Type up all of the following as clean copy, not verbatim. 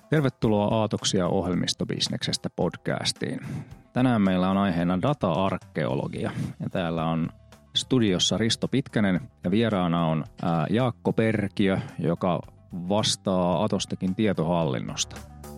Tervetuloa Aatoksia ohjelmistobisneksestä podcastiin. Tänään meillä on aiheena data-arkeologia ja täällä on studiossa Risto Pitkänen ja vieraana on Jaakko Perkiö, joka vastaa Atostekin tietohallinnosta.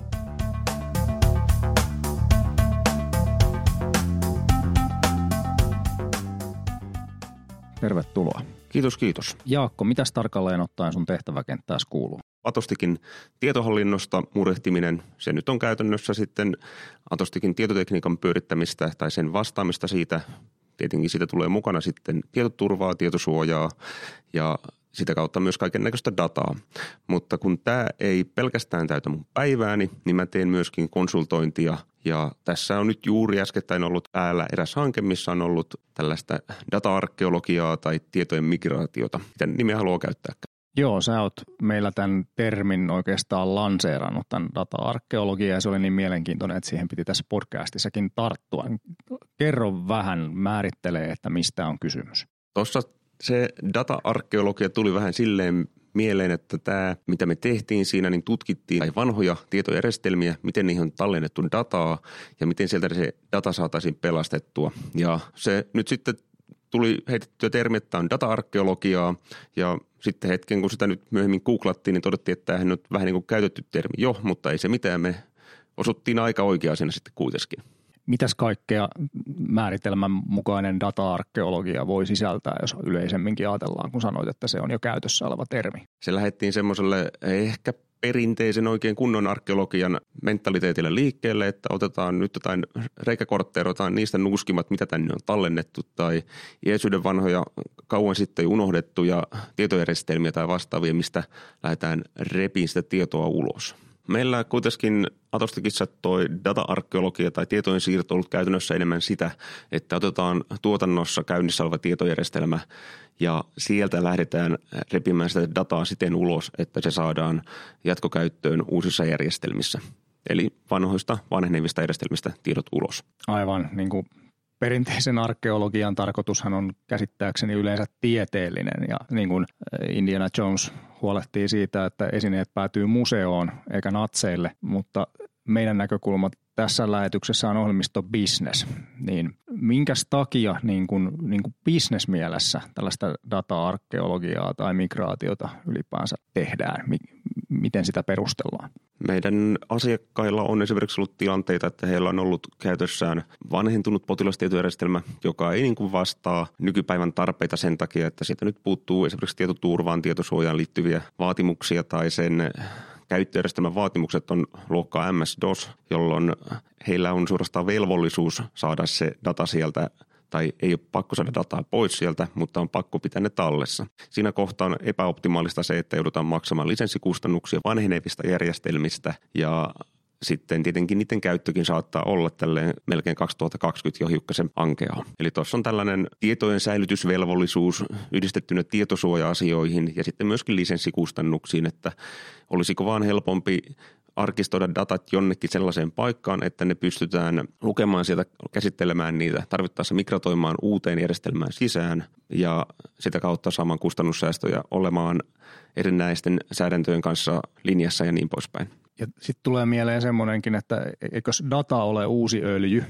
Tervetuloa. Kiitos. Jaakko, mitäs tarkalleen ottaen sun tehtäväkenttääsi kuuluu? Atostikin tietohallinnosta murehtiminen, se nyt on käytännössä sitten Atostikin tietotekniikan pyörittämistä tai sen vastaamista siitä. Tietenkin siitä tulee mukana sitten tietoturvaa, tietosuojaa ja sitä kautta myös kaiken näköistä dataa. Mutta kun tämä ei pelkästään täytä mun päivääni, niin mä teen myöskin konsultointia. Ja tässä on nyt juuri äskettäin ollut päällä eräs hanke, missä on ollut tällaista data-arkeologiaa tai tietojen migraatiota. Mitä nimeä haluaa käyttääkään? Joo, sä oot meillä tämän termin oikeastaan lanseerannut, tämän data-arkeologia, ja se oli niin mielenkiintoinen, että siihen piti tässä podcastissakin tarttua. Kerro vähän, määrittelee, että mistä on kysymys. Tuossa se data-arkeologia tuli vähän silleen mieleen, että tämä, mitä me tehtiin siinä, niin tutkittiin vanhoja tietojärjestelmiä, miten niihin on tallennettu dataa ja miten sieltä se data saataisiin pelastettua. Ja se nyt sitten tuli heitettyä termi, että on data-arkeologiaa ja sitten hetken, kun sitä nyt myöhemmin googlattiin, niin todettiin, että tämähän on vähän niin kuin käytetty termi jo, mutta ei se mitään, me osuttiin aika oikeaa siinä sitten kuitenkin. Mitäs kaikkea määritelmän mukainen data-arkeologia voi sisältää, jos yleisemminkin ajatellaan, kun sanoit, että se on jo käytössä oleva termi? Se lähdettiin semmoiselle ehkä perinteisen oikein kunnon arkeologian mentaliteetillä liikkeelle, että otetaan nyt jotain reikäkortteja, otetaan niistä nuuskimat, mitä tänne on tallennettu tai iäisyyden vanhoja kauan sitten unohdettuja tietojärjestelmiä tai vastaavia, mistä lähdetään repiin sitä tietoa ulos. Meillä kuitenkin Atostikissa toi data-arkeologia tai tietojen siirto on ollut käytännössä enemmän sitä, että otetaan tuotannossa käynnissä oleva tietojärjestelmä ja sieltä lähdetään repimään sitä dataa siten ulos, että se saadaan jatkokäyttöön uusissa järjestelmissä. Eli vanhenevista järjestelmistä tiedot ulos. Aivan, niin kuin perinteisen arkeologian tarkoitushan on käsittääkseni yleensä tieteellinen ja niin kuin Indiana Jones huolehtii siitä, että esineet päätyy museoon eikä natseille, mutta meidän näkökulma tässä lähetyksessä on ohjelmistobisnes. Niin minkäs takia niin kuin bisnesmielessä tällaista data-arkeologiaa tai migraatiota ylipäänsä tehdään? Miten sitä perustellaan? Meidän asiakkailla on esimerkiksi ollut tilanteita, että heillä on ollut käytössään vanhentunut potilastietojärjestelmä, joka ei niin kuin vastaa nykypäivän tarpeita sen takia, että siitä nyt puuttuu esimerkiksi tietoturvaan, tietosuojaan liittyviä vaatimuksia tai sen käyttöjärjestelmän vaatimukset on luokkaa MS-DOS, jolloin heillä on suorastaan velvollisuus saada se data sieltä tai ei ole pakko saada dataa pois sieltä, mutta on pakko pitää ne tallessa. Siinä kohtaa on epäoptimaalista se, että joudutaan maksamaan lisenssikustannuksia vanhenevista järjestelmistä ja sitten tietenkin niiden käyttökin saattaa olla tälleen melkein 2020 jo hiukkasen ankeaa. Eli tuossa on tällainen tietojen säilytysvelvollisuus yhdistettynä tietosuoja-asioihin ja sitten myöskin lisenssikustannuksiin, että olisiko vaan helpompi arkistoida datat jonnekin sellaiseen paikkaan, että ne pystytään lukemaan sieltä, käsittelemään niitä, tarvittaessa migratoimaan uuteen järjestelmään sisään ja sitä kautta saamaan kustannussäästöjä olemaan erinäisten säädäntöjen kanssa linjassa ja niin poispäin. Ja sitten tulee mieleen semmoinenkin, että eikös data ole uusi öljy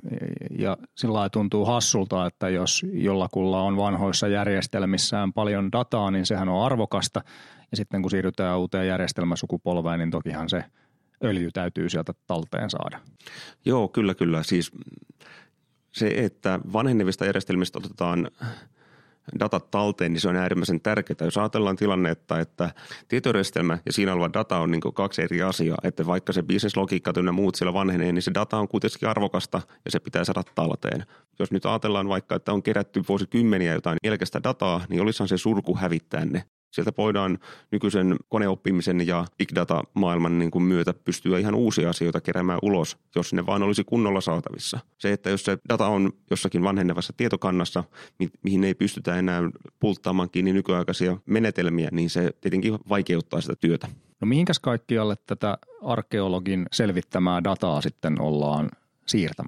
ja sillä lailla tuntuu hassulta, että jos jollakulla on vanhoissa järjestelmissään paljon dataa, niin sehän on arvokasta. Ja sitten kun siirrytään uuteen järjestelmäsukupolveen, niin tokihan se öljy täytyy sieltä talteen saada. Joo, kyllä. Siis se, että vanhenevista järjestelmistä otetaan datat talteen, niin se on äärimmäisen tärkeää. Jos ajatellaan tilannetta, että tietojärjestelmä ja siinä oleva data on niin kuin kaksi eri asiaa, että vaikka se business-logiikka ja muut siellä vanhenee, niin se data on kuitenkin arvokasta ja se pitää saada talteen. Jos nyt ajatellaan vaikka, että on kerätty vuosikymmeniä jotain mielekästä dataa, niin olisihan se surku hävittää ne. Sieltä voidaan nykyisen koneoppimisen ja big data-maailman niin kuin myötä pystyä ihan uusia asioita keräämään ulos, jos ne vaan olisi kunnolla saatavissa. Se, että jos se data on jossakin vanhenevassa tietokannassa, mihin ei pystytä enää pulttaamaan kiinni nykyaikaisia menetelmiä, niin se tietenkin vaikeuttaa sitä työtä. No mihinkäs kaikkialle tätä arkeologin selvittämää dataa sitten ollaan siirtämässä?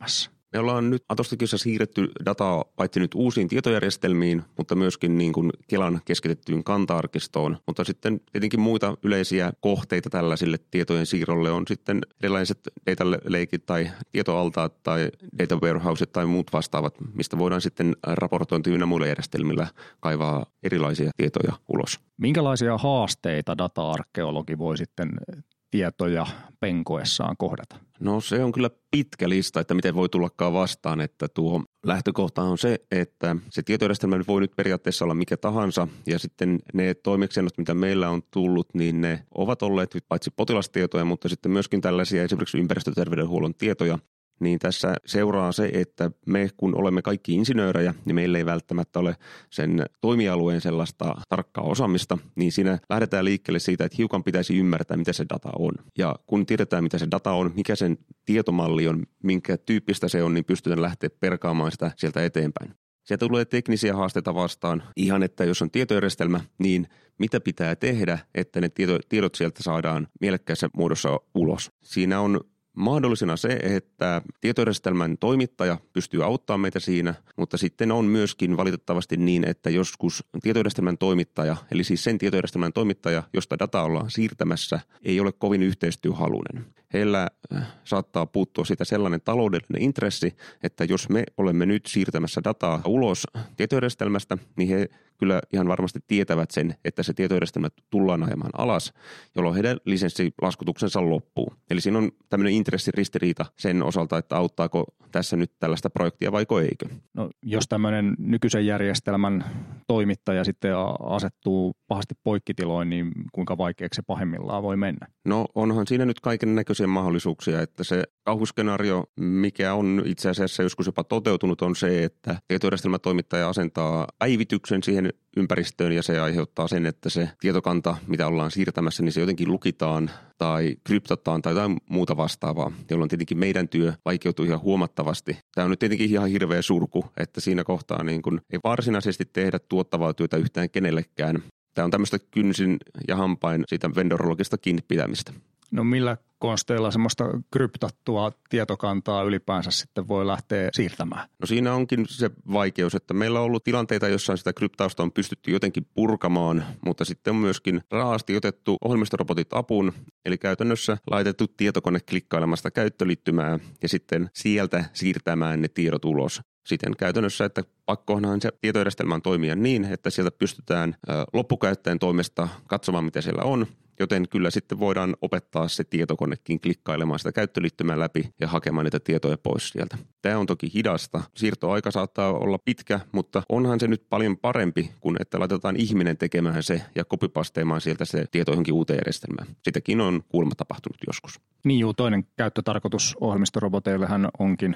Me ollaan nyt Atostekissa siirretty dataa paitsi nyt uusiin tietojärjestelmiin, mutta myöskin niin kuin Kelan keskitettyyn kanta-arkistoon. Mutta sitten tietenkin muita yleisiä kohteita tällaisille tietojen siirrolle on sitten erilaiset data lakeit tai tietoaltaat tai data warehouset tai muut vastaavat, mistä voidaan sitten raportointi ynnä muilla järjestelmillä kaivaa erilaisia tietoja ulos. Minkälaisia haasteita data-arkeologi voi sitten tietoja penkoessaan kohdata? No se on kyllä pitkä lista, että miten voi tullakaan vastaan, että tuo lähtökohta on se, että se tietojärjestelmä voi nyt periaatteessa olla mikä tahansa ja sitten ne toimeksiannot, mitä meillä on tullut, niin ne ovat olleet paitsi potilastietoja, mutta sitten myöskin tällaisia esimerkiksi ympäristöterveydenhuollon tietoja. Niin tässä seuraa se, että me kun olemme kaikki insinöörejä, niin meillä ei välttämättä ole sen toimialueen sellaista tarkkaa osaamista, niin siinä lähdetään liikkeelle siitä, että hiukan pitäisi ymmärtää, mitä se data on. Ja kun tiedetään, mitä se data on, mikä sen tietomalli on, minkä tyyppistä se on, niin pystytään lähteä perkaamaan sitä sieltä eteenpäin. Sieltä tulee teknisiä haasteita vastaan. Ihan, että jos on tietojärjestelmä, niin mitä pitää tehdä, että ne tiedot sieltä saadaan mielekkäässä muodossa ulos. Siinä on mahdollisena se, että tietojärjestelmän toimittaja pystyy auttamaan meitä siinä, mutta sitten on myöskin valitettavasti niin, että joskus tietojärjestelmän toimittaja, eli siis sen tietojärjestelmän toimittaja, josta data ollaan siirtämässä, ei ole kovin yhteistyöhaluinen. Heillä saattaa puuttua siitä sellainen taloudellinen intressi, että jos me olemme nyt siirtämässä dataa ulos tietojärjestelmästä, niin he kyllä ihan varmasti tietävät sen, että se tietojärjestelmä tullaan ajamaan alas, jolloin heidän lisenssilaskutuksensa loppuu. Eli siinä on tämmöinen intressiristiriita sen osalta, että auttaako tässä nyt tällaista projektia vaiko eikö. No, jos tämmöinen nykyisen järjestelmän toimittaja sitten asettuu pahasti poikkitiloin, niin kuinka vaikeaksi se pahimmillaan voi mennä? No onhan siinä nyt kaiken näköisiä mahdollisuuksia, että se kauhuskenaario, mikä on itse asiassa joskus jopa toteutunut, on se, että tietojärjestelmätoimittaja asentaa päivityksen siihen ympäristöön ja se aiheuttaa sen, että se tietokanta, mitä ollaan siirtämässä, niin se jotenkin lukitaan tai kryptataan tai jotain muuta vastaavaa, jolloin tietenkin meidän työ vaikeutuu ihan huomattavasti. Tämä on nyt tietenkin ihan hirveä surku, että siinä kohtaa niin kun ei varsinaisesti tehdä tuottavaa työtä yhtään kenellekään. Tämä on tämmöistä kynsin ja hampain siitä vendorologista kiinni pitämistä. No millä konsteilla semmoista kryptattua tietokantaa ylipäänsä sitten voi lähteä siirtämään? No siinä onkin se vaikeus, että meillä on ollut tilanteita, jossa sitä kryptausta on pystytty jotenkin purkamaan, mutta sitten on myöskin raasti otettu ohjelmistorobotit apuun, eli käytännössä laitettu tietokone klikkailemasta käyttöliittymää ja sitten sieltä siirtämään ne tiedot ulos. Siten käytännössä, että pakkohan se tietojärjestelmän toimia niin, että sieltä pystytään loppukäyttäjän toimesta katsomaan, mitä siellä on, joten kyllä sitten voidaan opettaa se tietokonekin klikkailemaan sitä käyttöliittymää läpi ja hakemaan niitä tietoja pois sieltä. Tämä on toki hidasta. Siirtoaika saattaa olla pitkä, mutta onhan se nyt paljon parempi kuin että laitetaan ihminen tekemään se ja copypasteamaan sieltä se tieto johonkin uuteen järjestelmään. Sitäkin on kuulemma tapahtunut joskus. Niin juu, toinen käyttötarkoitus ohjelmistoroboteillehan onkin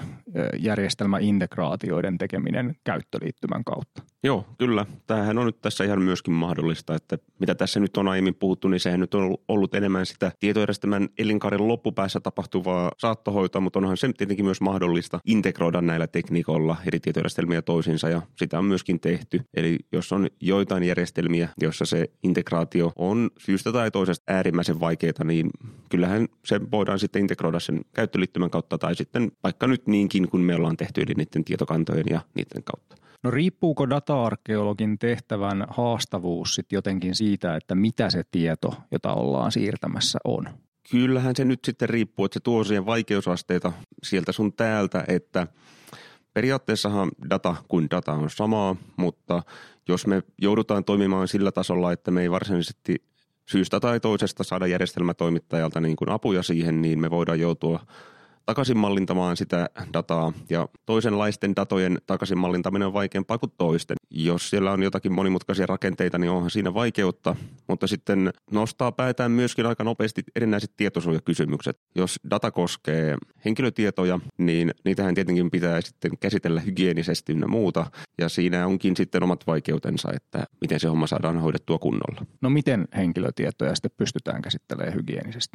järjestelmäintegraatioiden tekeminen käyttöliittymän kautta. Joo, kyllä. Tämähän on nyt tässä ihan myöskin mahdollista, että mitä tässä nyt on aiemmin puhuttu, niin sehän nyt on ollut enemmän sitä tietojärjestelmän elinkaaren loppupäässä tapahtuvaa saattohoitoa, mutta onhan se tietenkin myös mahdollista integroida näillä tekniikoilla eri tietojärjestelmiä toisiinsa ja sitä on myöskin tehty. Eli jos on joitain järjestelmiä, joissa se integraatio on syystä tai toisesta äärimmäisen vaikeaa, niin kyllähän se voidaan sitten integroida sen käyttöliittymän kautta tai sitten vaikka nyt niinkin, kun me ollaan tehty eli niiden tietokantojen ja niiden kautta. No riippuuko data-arkeologin tehtävän haastavuus sitten jotenkin siitä, että mitä se tieto, jota ollaan siirtämässä, on? Kyllähän se nyt sitten riippuu, että se tuo siihen vaikeusasteita sieltä sun täältä, että periaatteessahan data kuin data on samaa, mutta jos me joudutaan toimimaan sillä tasolla, että me ei varsinaisesti syystä tai toisesta saada järjestelmätoimittajalta niin kuin apuja siihen, niin me voidaan joutua takaisinmallintamaan sitä dataa ja toisenlaisten datojen takaisinmallintaminen on vaikeampaa kuin toisten. Jos siellä on jotakin monimutkaisia rakenteita, niin onhan siinä vaikeutta, mutta sitten nostaa päätään myöskin aika nopeasti erinäiset tietosuojakysymykset. Jos data koskee henkilötietoja, niin niitähän tietenkin pitää sitten käsitellä hygienisesti ynnä muuta ja siinä onkin sitten omat vaikeutensa, että miten se homma saadaan hoidettua kunnolla. No miten henkilötietoja sitten pystytään käsittelemään hygienisesti?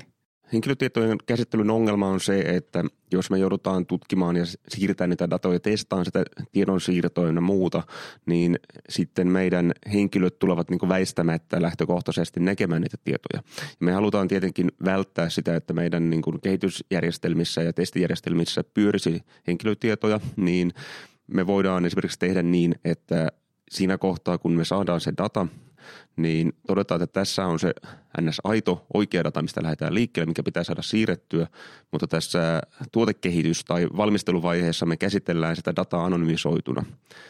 Henkilötietojen käsittelyn ongelma on se, että jos me joudutaan tutkimaan ja siirtämään niitä datoja ja testaan sitä tiedonsiirtoa ja muuta, niin sitten meidän henkilöt tulevat niin kuin väistämättä lähtökohtaisesti näkemään niitä tietoja. Ja me halutaan tietenkin välttää sitä, että meidän niin kuin kehitysjärjestelmissä ja testijärjestelmissä pyörisi henkilötietoja, niin me voidaan esimerkiksi tehdä niin, että siinä kohtaa, kun me saadaan se data, niin todetaan, että tässä on se NS-aito, oikea data, mistä lähdetään liikkeelle, mikä pitää saada siirrettyä, mutta tässä tuotekehitys- tai valmisteluvaiheessa me käsitellään sitä dataa anonymisoituna.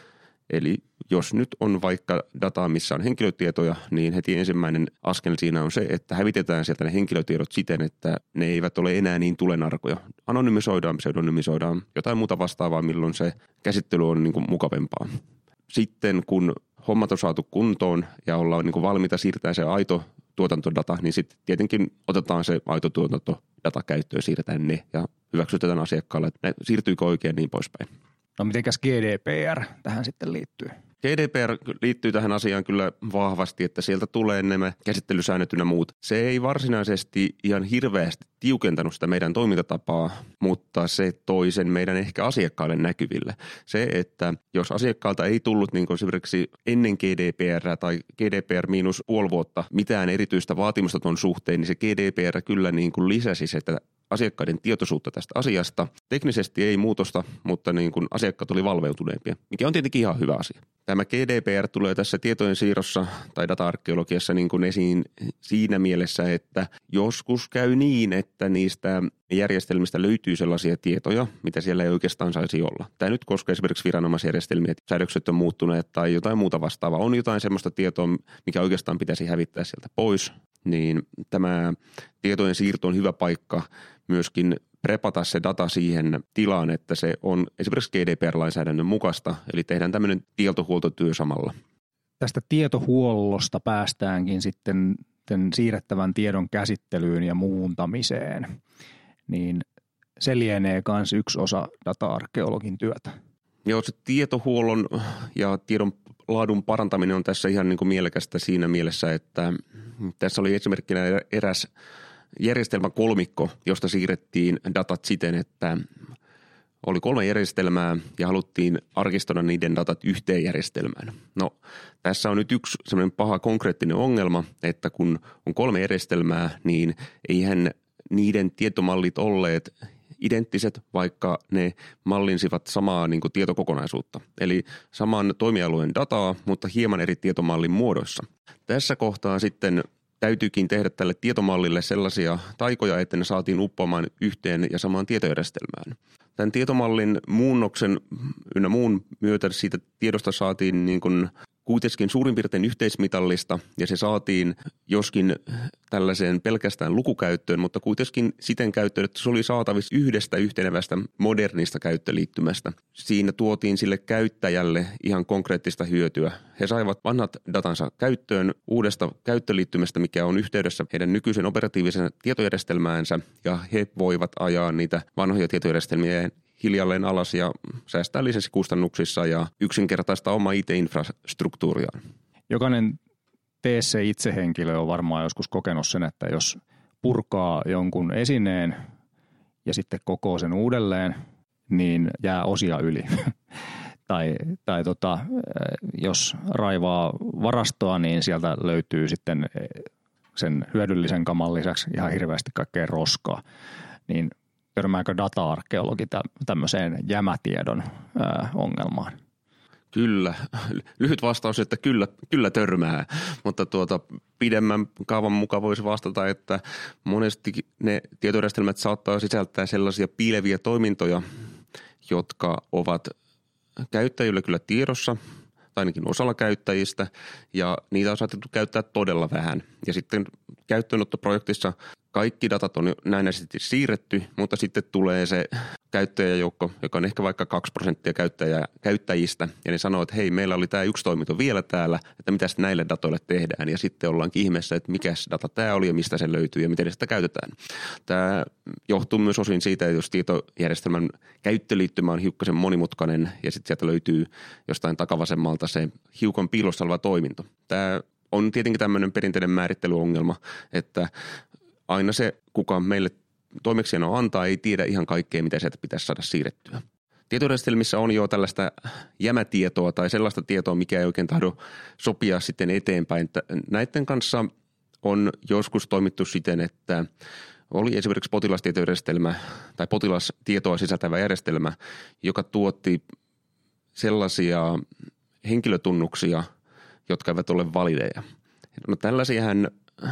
Eli jos nyt on vaikka dataa, missä on henkilötietoja, niin heti ensimmäinen askel siinä on se, että hävitetään sieltä ne henkilötiedot siten, että ne eivät ole enää niin tulenarkoja. Anonymisoidaan, pseudonymisoidaan, jotain muuta vastaavaa, milloin se käsittely on niin kuin mukavempaa. Sitten kun hommat on saatu kuntoon ja ollaan niin kuin valmiita siirtää se aito tuotantodata, niin sitten tietenkin otetaan se aito tuotantodata käyttöön ja siirretään ne ja hyväksytetään asiakkaalle, että ne siirtyykö oikein niin poispäin. No mitenkäs GDPR tähän sitten liittyy? GDPR liittyy tähän asiaan kyllä vahvasti, että sieltä tulee nämä käsittelysäännöt ynnä muut. Se ei varsinaisesti ihan hirveästi tiukentanut sitä meidän toimintatapaa, mutta se toi sen meidän ehkä asiakkaille näkyville. Se, että jos asiakkaalta ei tullut niin kuin esimerkiksi ennen GDPR tai GDPR miinus puoli vuotta mitään erityistä vaatimusta ton suhteen, niin se GDPR kyllä niin kuin lisäsi sitä asiakkaiden tietoisuutta tästä asiasta. Teknisesti ei muutosta, mutta niin kuin asiakkaat oli valveutuneempia, mikä on tietenkin ihan hyvä asia. Tämä GDPR tulee tässä tietojen siirrossa tai data-arkeologiassa niin kuin esiin siinä mielessä, että joskus käy niin, että niistä järjestelmistä löytyy sellaisia tietoja, mitä siellä ei oikeastaan saisi olla. Tämä nyt koskee esimerkiksi viranomaisjärjestelmiä, että säädökset on muuttuneet tai jotain muuta vastaavaa. On jotain sellaista tietoa, mikä oikeastaan pitäisi hävittää sieltä pois, niin tämä tietojen siirto on hyvä paikka myöskin prepata se data siihen tilaan, että se on esimerkiksi GDPR-lainsäädännön mukaista, eli tehdään tämmöinen tietohuoltotyö samalla. Tästä tietohuollosta päästäänkin sitten siirrettävän tiedon käsittelyyn ja muuntamiseen, niin se lienee myös yksi osa data-arkeologin työtä. Joo, se tietohuollon ja tiedon laadun parantaminen on tässä ihan niin kuin mielekästä siinä mielessä, että tässä oli esimerkkinä eräs järjestelmäkolmikko, josta siirrettiin datat siten, että oli 3 järjestelmää ja haluttiin arkistoida niiden datat yhteen järjestelmään. No, tässä on nyt yksi semmoinen paha konkreettinen ongelma, että kun on 3 järjestelmää, niin eihän niiden tietomallit olleet identtiset, vaikka ne mallinsivat samaa niin kuin tietokokonaisuutta. Eli saman toimialueen dataa, mutta hieman eri tietomallin muodoissa. Tässä kohtaa sitten täytyykin tehdä tälle tietomallille sellaisia taikoja, että ne saatiin uppoamaan yhteen ja samaan tietojärjestelmään. Tämän tietomallin muunnoksen ynnä muun myötä siitä tiedosta saatiin niin kuin kuitenkin suurin piirtein yhteismitallista ja se saatiin joskin tällaiseen pelkästään lukukäyttöön, mutta kuitenkin siten käyttöön, että se oli saatavissa yhdestä yhtenevästä modernista käyttöliittymästä. Siinä tuotiin sille käyttäjälle ihan konkreettista hyötyä. He saivat vanhat datansa käyttöön uudesta käyttöliittymästä, mikä on yhteydessä heidän nykyisen operatiivisen tietojärjestelmäänsä ja he voivat ajaa niitä vanhoja tietojärjestelmiä hiljalleen alas ja säästää lisäksi kustannuksissa ja yksinkertaista oma IT-infrastruktuuriaan. Jokainen tee se itse henkilö on varmaan joskus kokenut sen, että jos purkaa jonkun esineen ja sitten kokoo sen uudelleen, niin jää osia yli. tai jos raivaa varastoa, niin sieltä löytyy sitten sen hyödyllisen kaman lisäksi ihan hirveästi kaikkea roskaa. Niin törmääkö data-arkeologi tämmöiseen jämätiedon ongelmaan? Kyllä. Lyhyt vastaus, että kyllä törmää, mutta pidemmän kaavan mukaan voisi vastata, että monesti ne tietojärjestelmät saattaa sisältää sellaisia piileviä toimintoja, jotka ovat käyttäjille kyllä tiedossa, tai ainakin osalla käyttäjistä, ja niitä on saatettu käyttää todella vähän. Ja sitten käyttöönottoprojektissa kaikki datat on näennäisesti siirretty, mutta sitten tulee se käyttäjäjoukko, joka on ehkä vaikka 2% käyttäjistä, ja ne sanoo, että hei, meillä oli tämä yksi toiminto vielä täällä, että mitä näille datoille tehdään, ja sitten ollaankin ihmeessä, että mikä data tämä oli ja mistä se löytyy ja miten sitä käytetään. Tämä johtuu myös osin siitä, että jos tietojärjestelmän käyttöliittymä on hiukkasen monimutkainen, ja sitten sieltä löytyy jostain takavasemmalta se hiukan piilossa oleva toiminto. Tämä on tietenkin tämmöinen perinteinen määrittelyongelma, että aina se, kuka meille toimeksiannon antaa, ei tiedä ihan kaikkea, mitä sieltä pitäisi saada siirrettyä. Tietojärjestelmissä on jo tällaista jämätietoa tai sellaista tietoa, mikä ei oikein tahdo sopia sitten eteenpäin. Näiden kanssa on joskus toimittu siten, että oli esimerkiksi potilastietojärjestelmä tai potilastietoa sisältävä järjestelmä, joka tuotti sellaisia henkilötunnuksia, jotka eivät ole valideja. No tällaisiahan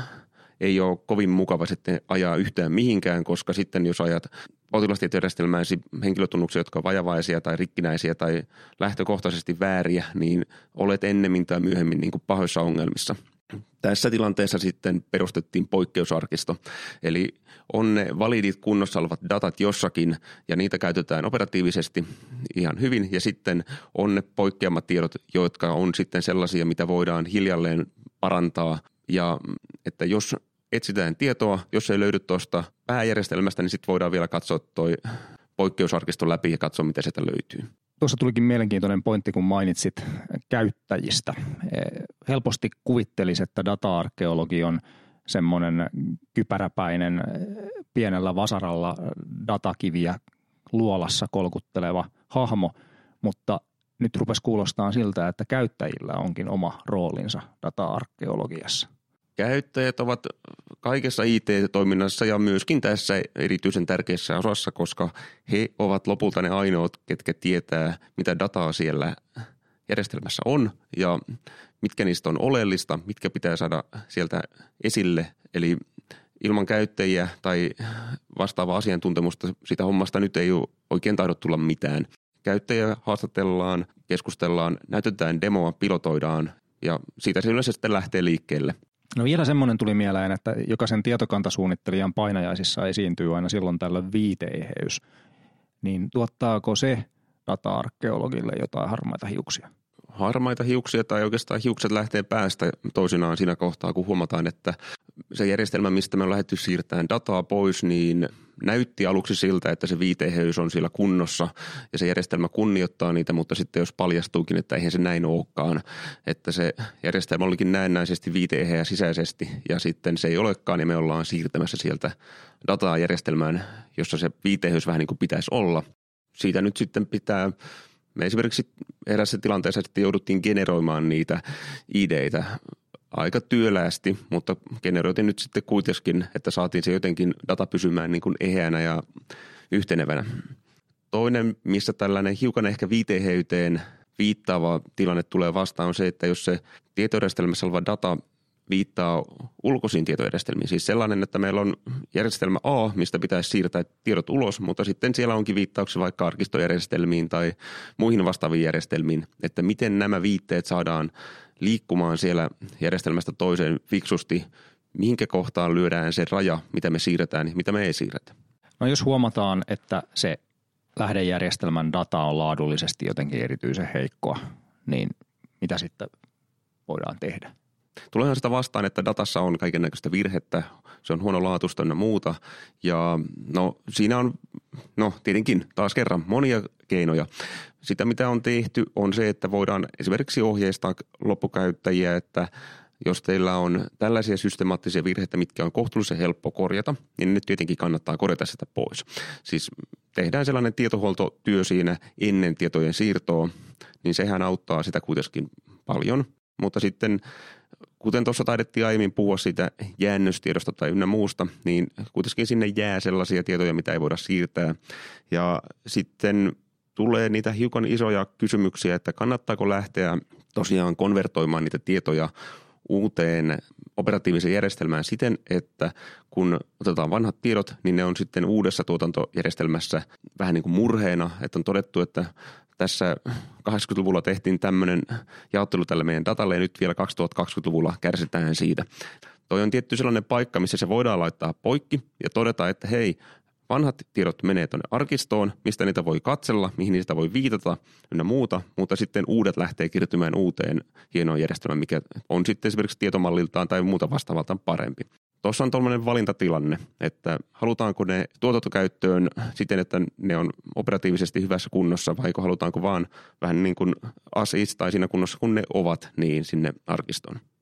ei ole kovin mukava sitten ajaa yhtään mihinkään, koska sitten jos ajat potilastietojärjestelmääsi henkilötunnuksia, jotka ovat vajavaisia tai rikkinäisiä tai lähtökohtaisesti vääriä, niin olet ennemmin tai myöhemmin niin kuin pahoissa ongelmissa. Tässä tilanteessa sitten perustettiin poikkeusarkisto, eli on ne validit kunnossa olevat datat jossakin ja niitä käytetään operatiivisesti ihan hyvin ja sitten on ne poikkeamatiedot, jotka on sitten sellaisia, mitä voidaan hiljalleen parantaa ja että jos etsitään tietoa, jos ei löydy tuosta pääjärjestelmästä, niin sitten voidaan vielä katsoa toi poikkeusarkisto läpi ja katsoa, mitä sieltä löytyy. Tuossa tulikin mielenkiintoinen pointti, kun mainitsit käyttäjistä. Helposti kuvittelisi, että data-arkeologi on semmoinen kypäräpäinen, pienellä vasaralla datakiviä luolassa kolkutteleva hahmo, mutta nyt rupesi kuulostaa siltä, että käyttäjillä onkin oma roolinsa data-arkeologiassa. Käyttäjät ovat kaikessa IT-toiminnassa ja myöskin tässä erityisen tärkeässä osassa, koska he ovat lopulta ne ainoat, ketkä tietää, mitä dataa siellä järjestelmässä on ja mitkä niistä on oleellista, mitkä pitää saada sieltä esille. Eli ilman käyttäjiä tai vastaavaa asiantuntemusta sitä hommasta nyt ei ole oikein tahdo tulla mitään. Käyttäjiä haastatellaan, keskustellaan, näytetään demoa, pilotoidaan ja siitä se yleensä sitten lähtee liikkeelle. No vielä semmoinen tuli mieleen, että jokaisen tietokantasuunnittelijan painajaisissa esiintyy aina silloin tällöin viiteeheys. Niin tuottaako se data-arkeologille jotain harmaita hiuksia? Harmaita hiuksia tai oikeastaan hiukset lähtee päästä toisinaan siinä kohtaa, kun huomataan, että se järjestelmä, mistä me on lähdetty siirtämään dataa pois, niin näytti aluksi siltä, että se viiteheys on siellä kunnossa ja se järjestelmä kunnioittaa niitä, mutta sitten jos paljastuukin, että eihän se näin olekaan, että se järjestelmä olikin näennäisesti viiteeheä sisäisesti ja sitten se ei olekaan ja me ollaan siirtämässä sieltä dataa järjestelmään, jossa se viiteheys vähän niin kuin pitäisi olla. Siitä nyt sitten pitää, me esimerkiksi erässä tilanteessa sitten jouduttiin generoimaan niitä ideitä aika työläästi, mutta generoitiin nyt sitten kuitenkin, että saatiin se jotenkin data pysymään niin kuin eheänä ja yhtenevänä. Toinen, missä tällainen hiukan ehkä viiteheyteen viittaava tilanne tulee vastaan, on se, että jos se tietojärjestelmässä oleva data viittaa ulkoisiin tietojärjestelmiin. Siis sellainen, että meillä on järjestelmä A, mistä pitäisi siirtää tiedot ulos, mutta sitten siellä onkin viittauksia vaikka arkistojärjestelmiin tai muihin vastaaviin järjestelmiin, että miten nämä viitteet saadaan liikkumaan siellä järjestelmästä toiseen fiksusti, mihinkä kohtaan lyödään se raja, mitä me siirretään ja mitä me ei siirretä. No jos huomataan, että se lähdejärjestelmän data on laadullisesti jotenkin erityisen heikkoa, niin mitä sitten voidaan tehdä? Tuleehan sitä vastaan, että datassa on kaikennäköistä virhettä, se on huonolaatuista ja muuta ja siinä on tietenkin taas kerran monia keinoja. Sitä mitä on tehty on se, että voidaan esimerkiksi ohjeistaa loppukäyttäjiä, että jos teillä on tällaisia systemaattisia virheitä, mitkä on kohtuullisen helppo korjata, niin nyt tietenkin kannattaa korjata sitä pois. Siis tehdään sellainen tietohuoltotyö siinä ennen tietojen siirtoa, niin sehän auttaa sitä kuitenkin paljon, mutta sitten kuten tuossa taidettiin aiemmin puhua siitä jäännöstiedosta tai ynnä muusta, niin kuitenkin sinne jää sellaisia tietoja, mitä ei voida siirtää. Ja sitten tulee niitä hiukan isoja kysymyksiä, että kannattaako lähteä tosiaan konvertoimaan niitä tietoja uuteen operatiiviseen järjestelmään siten, että kun otetaan vanhat tiedot, niin ne on sitten uudessa tuotantojärjestelmässä vähän niin kuin murheena, että on todettu, että tässä 80-luvulla tehtiin tämmöinen jaottelu tälle meidän datalle ja nyt vielä 2020-luvulla kärsitään siitä. Toi on tietty sellainen paikka, missä se voidaan laittaa poikki ja todeta, että hei, vanhat tiedot menee tuonne arkistoon, mistä niitä voi katsella, mihin niistä voi viitata ynnä muuta, mutta sitten uudet lähtee kirtymään uuteen hienoon järjestelmään, mikä on sitten esimerkiksi tietomalliltaan tai muuta vastaavaltaan parempi. Tuossa on tuollainen valintatilanne, että halutaanko ne tuotantokäyttöön siten, että ne on operatiivisesti hyvässä kunnossa, vai halutaanko vaan vähän niin kuin as is tai siinä kunnossa, kun ne ovat, niin sinne arkistoon.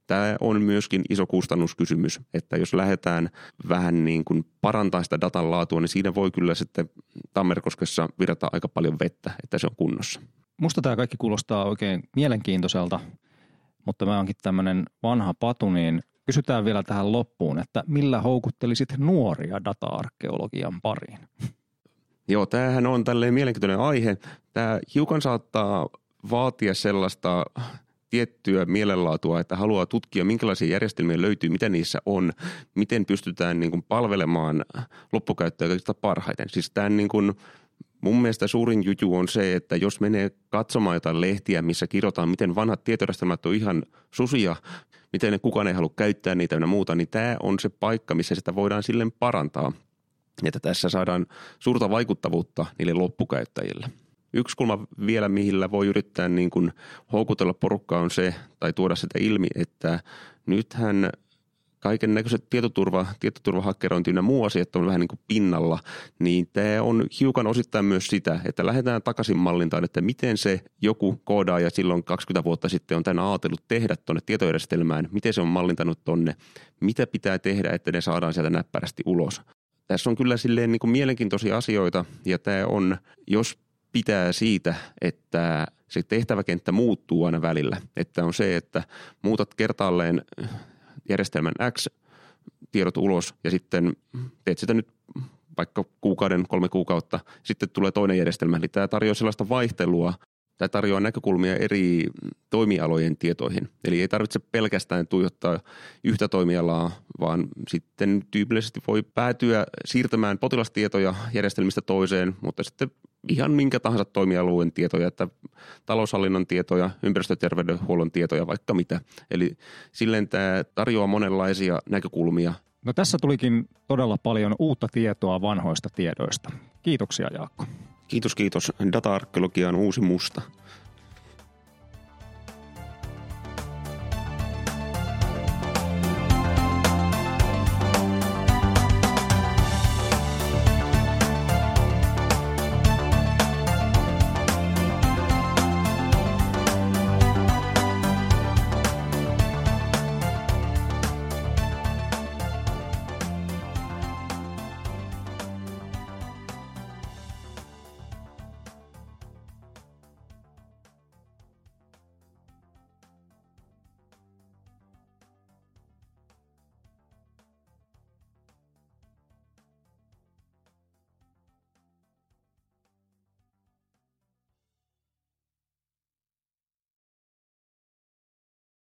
Tämä on myöskin iso kustannuskysymys, että jos lähdetään vähän niin kuin parantaa sitä datan laatua, niin siinä voi kyllä sitten Tammerkoskessa virata aika paljon vettä, että se on kunnossa. Musta tämä kaikki kuulostaa oikein mielenkiintoiselta, mutta mä oonkin tämmöinen vanha patu, niin kysytään vielä tähän loppuun, että millä houkuttelisit nuoria data-arkeologian pariin? Joo, tämähän on tälleen mielenkiintoinen aihe. Tämä hiukan saattaa vaatia sellaista tiettyä mielenlaatua, että haluaa tutkia, minkälaisia järjestelmiä löytyy, mitä niissä on, miten pystytään niin kuin palvelemaan loppukäyttäjää kaikista parhaiten. Siis tämä niin kuin, mun mielestä suurin juju on se, että jos menee katsomaan jotain lehtiä, missä kirjoitetaan, miten vanhat tietojärjestelmät on ihan susia, miten kukaan ei halua käyttää niitä ja muuta, niin tämä on se paikka, missä sitä voidaan silleen parantaa, että tässä saadaan suurta vaikuttavuutta niille loppukäyttäjille. Yksi kulma vielä, millä voi yrittää niin kuin houkutella porukkaa on se, tai tuoda sitä ilmi, että nythän kaiken näköiset tietoturvahakkerointi ja muu asiat on vähän niin kuin pinnalla, niin tämä on hiukan osittain myös sitä, että lähdetään takaisin mallintaan, että miten se joku koodaaja silloin 20 vuotta sitten on tämän ajatellut tehdä tuonne tietojärjestelmään, miten se on mallintanut tonne, mitä pitää tehdä, että ne saadaan sieltä näppärästi ulos. Tässä on kyllä silleen niin kuin mielenkiintoisia asioita, ja tämä on, jos pitää siitä, että se tehtäväkenttä muuttuu aina välillä, että on se, että muutat kertaalleen järjestelmän X tiedot ulos ja sitten teet sitä nyt vaikka 3 kuukautta, sitten tulee toinen järjestelmä. Eli tämä tarjoaa sellaista vaihtelua, tämä tarjoaa näkökulmia eri toimialojen tietoihin. Eli ei tarvitse pelkästään tuijottaa yhtä toimialaa, vaan sitten tyypillisesti voi päätyä siirtämään potilastietoja järjestelmistä toiseen, mutta sitten ihan minkä tahansa toimialueen tietoja, että taloushallinnon tietoja, ympäristöterveydenhuollon tietoja, vaikka mitä. Eli silleen tämä tarjoaa monenlaisia näkökulmia. No tässä tulikin todella paljon uutta tietoa vanhoista tiedoista. Kiitoksia, Jaakko. Kiitos. Data-arkeologia on uusi musta.